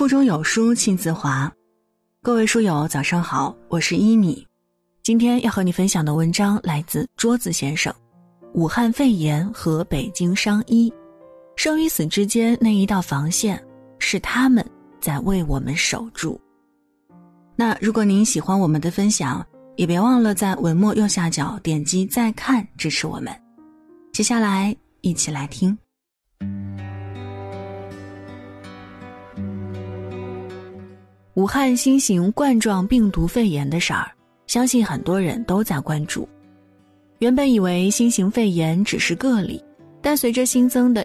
腹中有书气自华。各位书友早上好，我是一米。今天要和你分享的文章来自桌子先生。武汉肺炎和北京商医，生与死之间那一道防线，是他们在为我们守住。那如果您喜欢我们的分享，也别忘了在文末右下角点击再看支持我们。接下来一起来听。武汉新型冠状病毒肺炎的事儿，相信很多人都在关注。原本以为新型肺炎只是个例，但随着新增的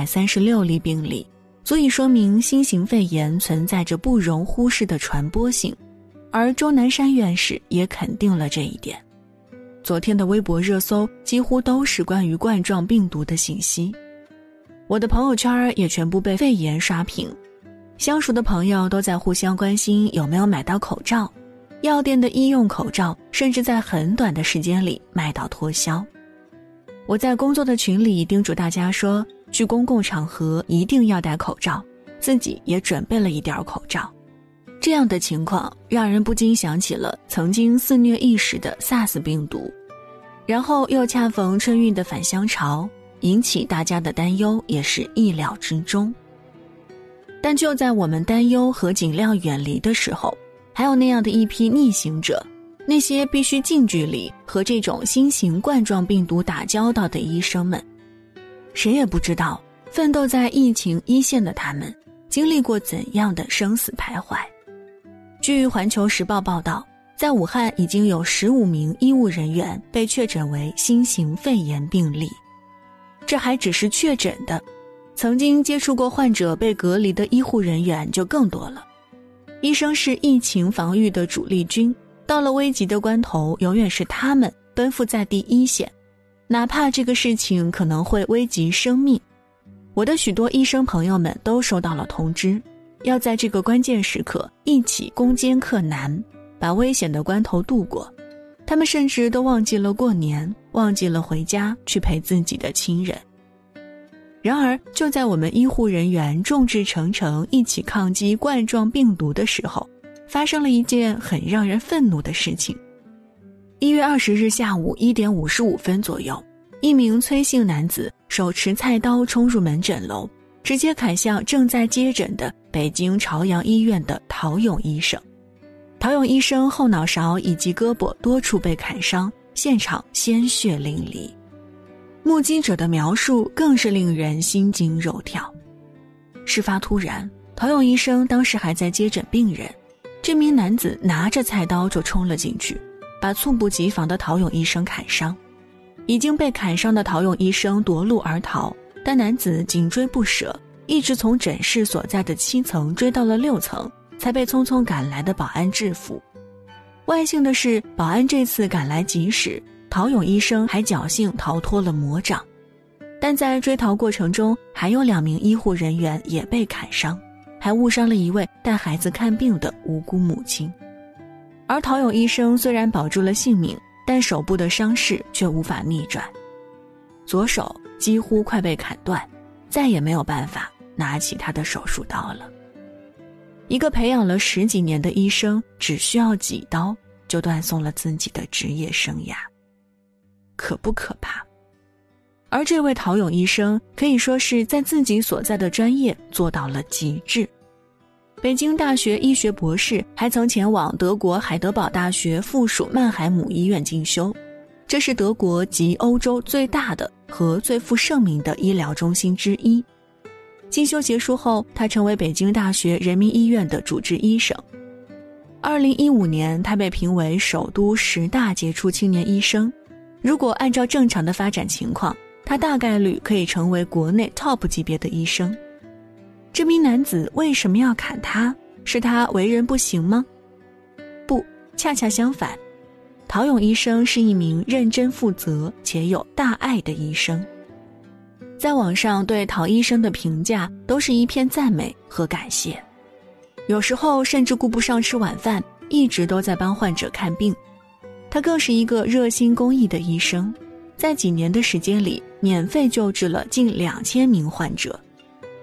136例病例，足以说明新型肺炎存在着不容忽视的传播性，而钟南山院士也肯定了这一点。昨天的微博热搜几乎都是关于冠状病毒的信息，我的朋友圈也全部被肺炎刷屏。相熟的朋友都在互相关心有没有买到口罩，药店的医用口罩甚至在很短的时间里卖到脱销。我在工作的群里叮嘱大家说，去公共场合一定要戴口罩，自己也准备了一点口罩。这样的情况让人不禁想起了曾经肆虐一时的 SARS 病毒，然后又恰逢春运的返乡潮，引起大家的担忧也是意料之中。但就在我们担忧和尽量远离的时候，还有那样的一批逆行者，那些必须近距离和这种新型冠状病毒打交道的医生们。谁也不知道奋斗在疫情一线的他们经历过怎样的生死徘徊。据环球时报报道，在武汉已经有15名医务人员被确诊为新型肺炎病例，这还只是确诊的，曾经接触过患者被隔离的医护人员就更多了。医生是疫情防御的主力军，到了危急的关头，永远是他们奔赴在第一线，哪怕这个事情可能会危及生命。我的许多医生朋友们都收到了通知，要在这个关键时刻一起攻坚克难，把危险的关头度过。他们甚至都忘记了过年，忘记了回家去陪自己的亲人。然而就在我们医护人员众志成城一起抗击冠状病毒的时候，发生了一件很让人愤怒的事情。1月20日下午1点55分左右，一名崔姓男子手持菜刀冲入门诊楼，直接砍向正在接诊的北京朝阳医院的陶勇医生。陶勇医生后脑勺以及胳膊多处被砍伤，现场鲜血淋漓。目击者的描述更是令人心惊肉跳。事发突然，陶勇医生当时还在接诊病人，这名男子拿着菜刀就冲了进去，把猝不及防的陶勇医生砍伤。已经被砍伤的陶勇医生夺路而逃，但男子紧追不舍，一直从诊室所在的7层追到了6层，才被匆匆赶来的保安制服。万幸的是，保安这次赶来及时，陶勇医生还侥幸逃脱了魔掌。但在追逃过程中，还有2名医护人员也被砍伤，还误伤了一位带孩子看病的无辜母亲。而陶勇医生虽然保住了性命，但手部的伤势却无法逆转，左手几乎快被砍断，再也没有办法拿起他的手术刀了。一个培养了10几年的医生，只需要几刀就断送了自己的职业生涯，可不可怕？而这位陶勇医生可以说是在自己所在的专业做到了极致。北京大学医学博士，还曾前往德国海德堡大学附属曼海姆医院进修，这是德国及欧洲最大的和最负盛名的医疗中心之一。进修结束后，他成为北京大学人民医院的主治医生。2015年，他被评为首都10大杰出青年医生。如果按照正常的发展情况，他大概率可以成为国内 top 级别的医生。这名男子为什么要砍他？是他为人不行吗？不，恰恰相反。陶勇医生是一名认真负责且有大爱的医生。在网上对陶医生的评价都是一片赞美和感谢，有时候甚至顾不上吃晚饭，一直都在帮患者看病。他更是一个热心公益的医生，在几年的时间里免费救治了近2000名患者。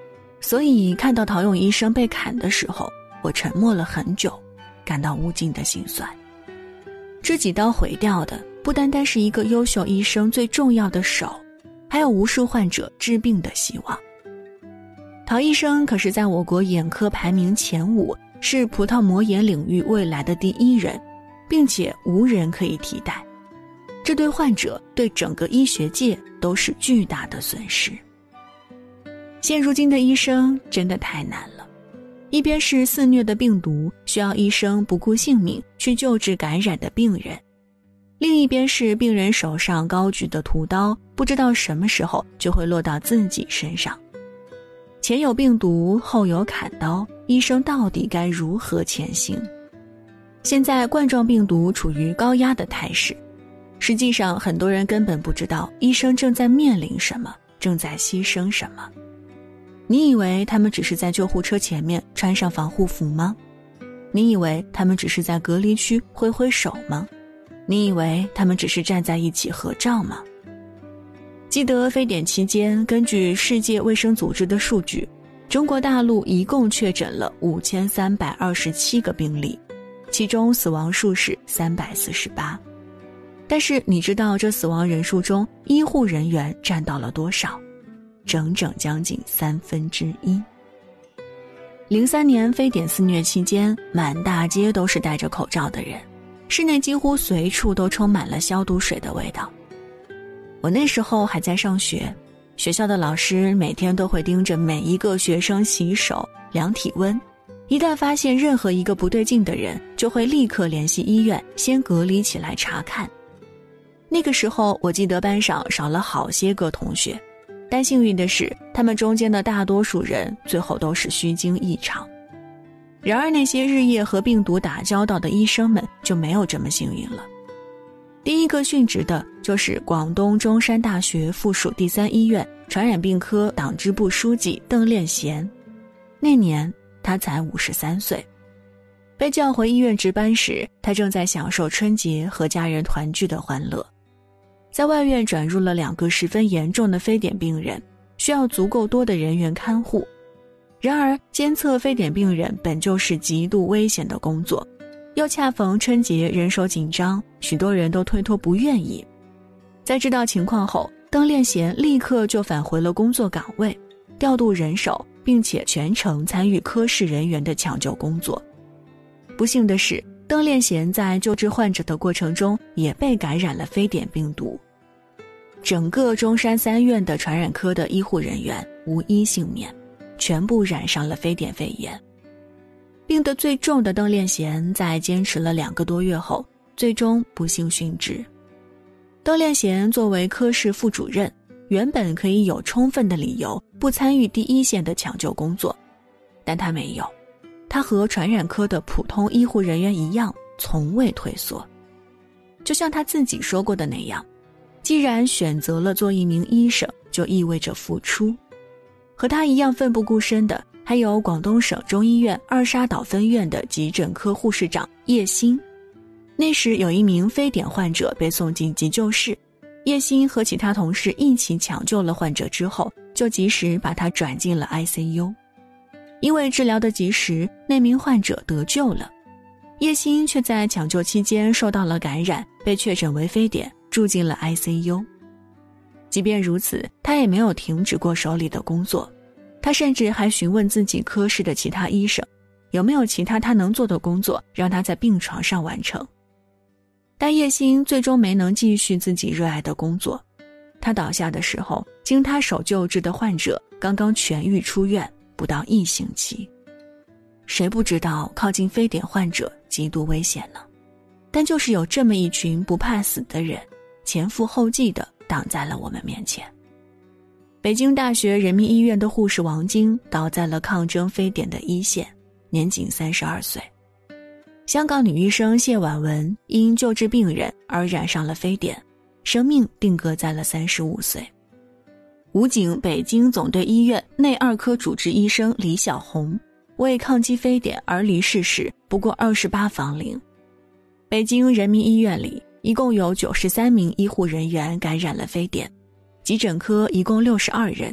所以看到陶勇医生被砍的时候，我沉默了很久，感到无尽的心酸。这几刀毁掉的不单单是一个优秀医生最重要的手，还有无数患者治病的希望。陶医生可是在我国眼科排名前5，是葡萄膜炎领域未来的第一人，并且无人可以替代。这对患者，对整个医学界都是巨大的损失。现如今的医生真的太难了，一边是肆虐的病毒，需要医生不顾性命去救治感染的病人，另一边是病人手上高举的屠刀，不知道什么时候就会落到自己身上。前有病毒，后有砍刀，医生到底该如何前行？现在冠状病毒处于高压的态势，实际上很多人根本不知道医生正在面临什么，正在牺牲什么。你以为他们只是在救护车前面穿上防护服吗？你以为他们只是在隔离区挥挥手吗？你以为他们只是站在一起合照吗？记得非典期间，根据世界卫生组织的数据，中国大陆一共确诊了5327个病例，其中死亡数是348。但是你知道这死亡人数中医护人员占到了多少？整整将近1/3。03年非典肆虐期间，满大街都是戴着口罩的人，室内几乎随处都充满了消毒水的味道。我那时候还在上学，学校的老师每天都会盯着每一个学生洗手、量体温，一旦发现任何一个不对劲的人，就会立刻联系医院，先隔离起来查看。那个时候我记得班上少了好些个同学，但幸运的是，他们中间的大多数人最后都是虚惊一场。然而那些日夜和病毒打交道的医生们就没有这么幸运了。第一个殉职的就是广东中山大学附属第3医院传染病科党支部书记邓炼贤，那年他才53岁。被叫回医院值班时，他正在享受春节和家人团聚的欢乐。在外院转入了2个十分严重的非典病人，需要足够多的人员看护。然而监测非典病人本就是极度危险的工作，又恰逢春节人手紧张，许多人都推脱不愿意。在知道情况后，邓炼贤立刻就返回了工作岗位，调度人手，并且全程参与科室人员的抢救工作。不幸的是，邓炼贤在救治患者的过程中也被感染了非典病毒。整个中山3院的传染科的医护人员无一幸免，全部染上了非典肺炎。病得最重的邓炼贤在坚持了2个多月后，最终不幸殉职。邓炼贤作为科室副主任，原本可以有充分的理由不参与第一线的抢救工作，但他没有。他和传染科的普通医护人员一样，从未退缩。就像他自己说过的那样，既然选择了做一名医生，就意味着付出。和他一样奋不顾身的还有广东省中医院二沙岛分院的急诊科护士长叶欣。那时有一名非典患者被送进急救室，叶欣和其他同事一起抢救了患者之后，就及时把他转进了 ICU。 因为治疗的及时，那名患者得救了。叶欣却在抢救期间受到了感染，被确诊为非典，住进了 ICU。 即便如此，他也没有停止过手里的工作，他甚至还询问自己科室的其他医生，有没有其他他能做的工作让他在病床上完成。但叶欣最终没能继续自己热爱的工作，他倒下的时候，经他手救治的患者刚刚痊愈出院不到1星期。谁不知道靠近非典患者极度危险呢？但就是有这么一群不怕死的人，前赴后继地挡在了我们面前。北京大学人民医院的护士王晶倒在了抗争非典的一线，年仅32岁。香港女医生谢婉文因救治病人而染上了非典，生命定格在了35岁。武警北京总队医院内2科主治医生李小红为抗击非典而离世时不过28芳龄。北京人民医院里一共有93名医护人员感染了非典，急诊科一共62人，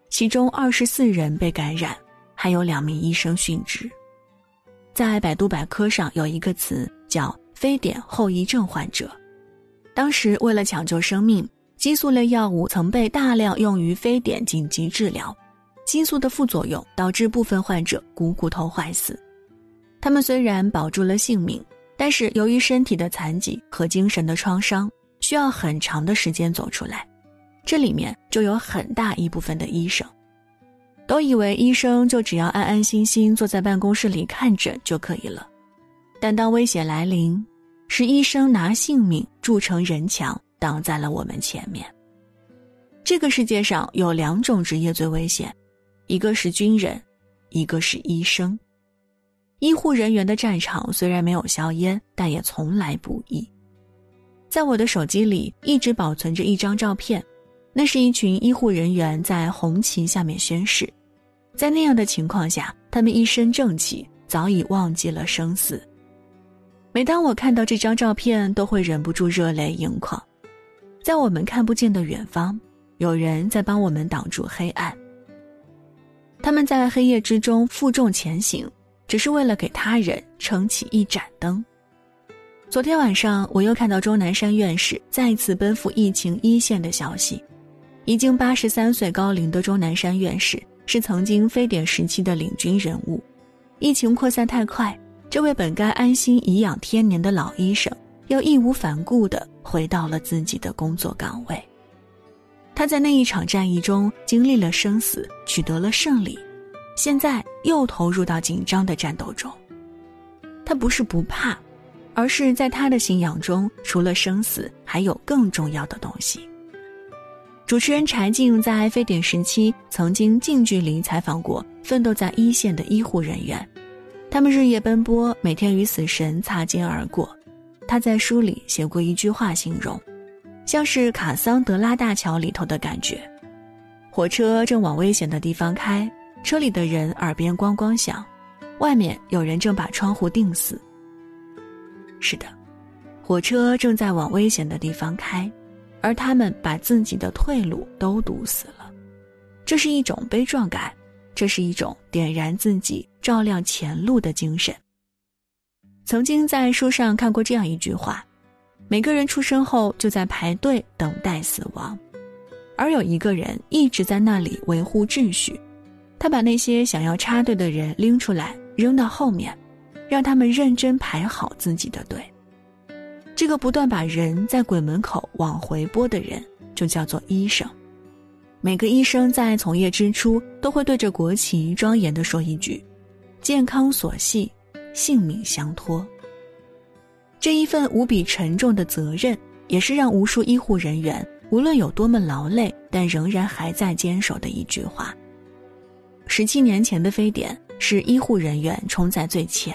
其中24人被感染，还有2名医生殉职。在百度百科上有一个词叫非典后遗症患者。当时为了抢救生命，激素类药物曾被大量用于非典紧急治疗，激素的副作用导致部分患者骨头坏死。他们虽然保住了性命，但是由于身体的残疾和精神的创伤，需要很长的时间走出来。这里面就有很大一部分的医生，都以为医生就只要安安心心坐在办公室里看诊就可以了。但当危险来临，是医生拿性命筑成人墙，挡在了我们前面。这个世界上有2种职业最危险，一个是军人，一个是医生。医护人员的战场虽然没有硝烟，但也从来不易。在我的手机里一直保存着一张照片，那是一群医护人员在红旗下面宣誓。在那样的情况下，他们一身正气，早已忘记了生死。每当我看到这张照片，都会忍不住热泪盈眶。在我们看不见的远方，有人在帮我们挡住黑暗。他们在黑夜之中负重前行，只是为了给他人撑起一盏灯。昨天晚上，我又看到钟南山院士再次奔赴疫情一线的消息。已经83岁高龄的钟南山院士是曾经非典时期的领军人物。疫情扩散太快，这位本该安心颐养天年的老医生又义无反顾地回到了自己的工作岗位。他在那一场战役中经历了生死，取得了胜利，现在又投入到紧张的战斗中。他不是不怕，而是在他的信仰中，除了生死，还有更重要的东西。主持人柴静在非典时期曾经近距离采访过奋斗在一线的医护人员，他们日夜奔波，每天与死神擦肩而过。他在书里写过一句话形容，像是卡桑德拉大桥里头的感觉。火车正往危险的地方开，车里的人耳边咣咣响，外面有人正把窗户钉死。是的，火车正在往危险的地方开，而他们把自己的退路都堵死了。这是一种悲壮感，这是一种点燃自己、照亮前路的精神。曾经在书上看过这样一句话，每个人出生后就在排队等待死亡，而有一个人一直在那里维护秩序。他把那些想要插队的人拎出来，扔到后面，让他们认真排好自己的队。这个不断把人在鬼门口往回拨的人，就叫做医生。每个医生在从业之初，都会对着国旗庄严地说一句：健康所系，性命相托。这一份无比沉重的责任，也是让无数医护人员无论有多么劳累，但仍然还在坚守的一句话。17年前的非典是医护人员冲在最前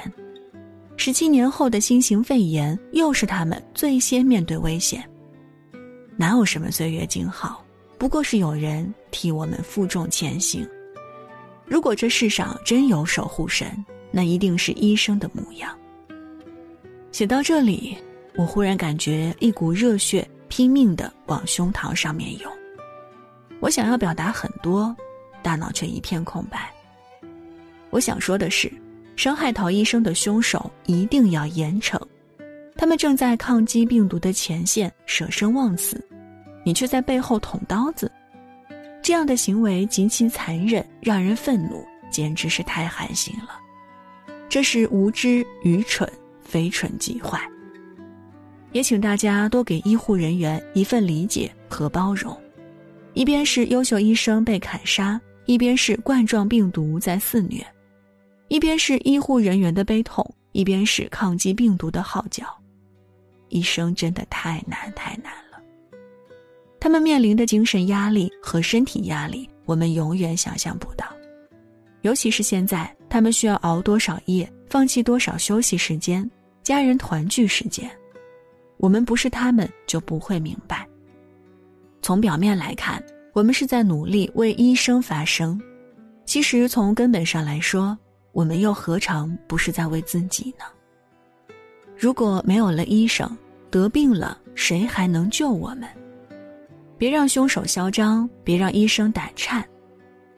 ，17年后的新型肺炎又是他们最先面对危险。哪有什么岁月静好，不过是有人替我们负重前行。如果这世上真有守护神，那一定是医生的模样。写到这里，我忽然感觉一股热血拼命地往胸膛上面涌。我想要表达很多，大脑却一片空白。我想说的是，伤害陶医生的凶手一定要严惩，他们正在抗击病毒的前线舍生忘死，你却在背后捅刀子。这样的行为极其残忍，让人愤怒，简直是太寒心了。这是无知、愚蠢、非蠢即坏。也请大家多给医护人员一份理解和包容。一边是优秀医生被砍杀，一边是冠状病毒在肆虐，一边是医护人员的悲痛，一边是抗击病毒的号角。医生真的太难了。他们面临的精神压力和身体压力，我们永远想象不到。尤其是现在，他们需要熬多少夜，放弃多少休息时间、家人团聚时间。我们不是他们，就不会明白。从表面来看，我们是在努力为医生发声，其实从根本上来说，我们又何尝不是在为自己呢？如果没有了医生，得病了，谁还能救我们？别让凶手嚣张，别让医生胆颤。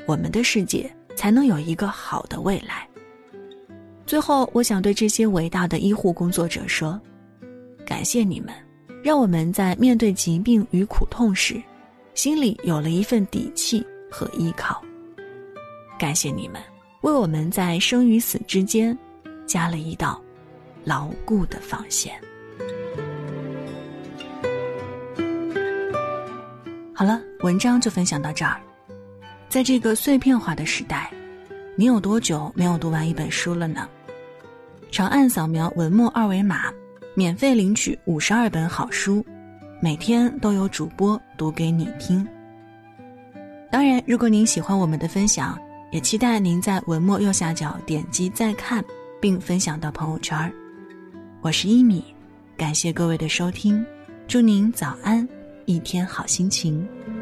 我们的世界才能有一个好的未来。最后，我想对这些伟大的医护工作者说，感谢你们，让我们在面对疾病与苦痛时，心里有了一份底气和依靠。感谢你们，为我们在生与死之间加了一道牢固的防线。好了，文章就分享到这儿。在这个碎片化的时代，你有多久没有读完一本书了呢？长按扫描文末二维码，免费领取52本好书，每天都有主播读给你听。当然，如果您喜欢我们的分享，也期待您在文末右下角点击再看，并分享到朋友圈。我是一米，感谢各位的收听，祝您早安，一天好心情。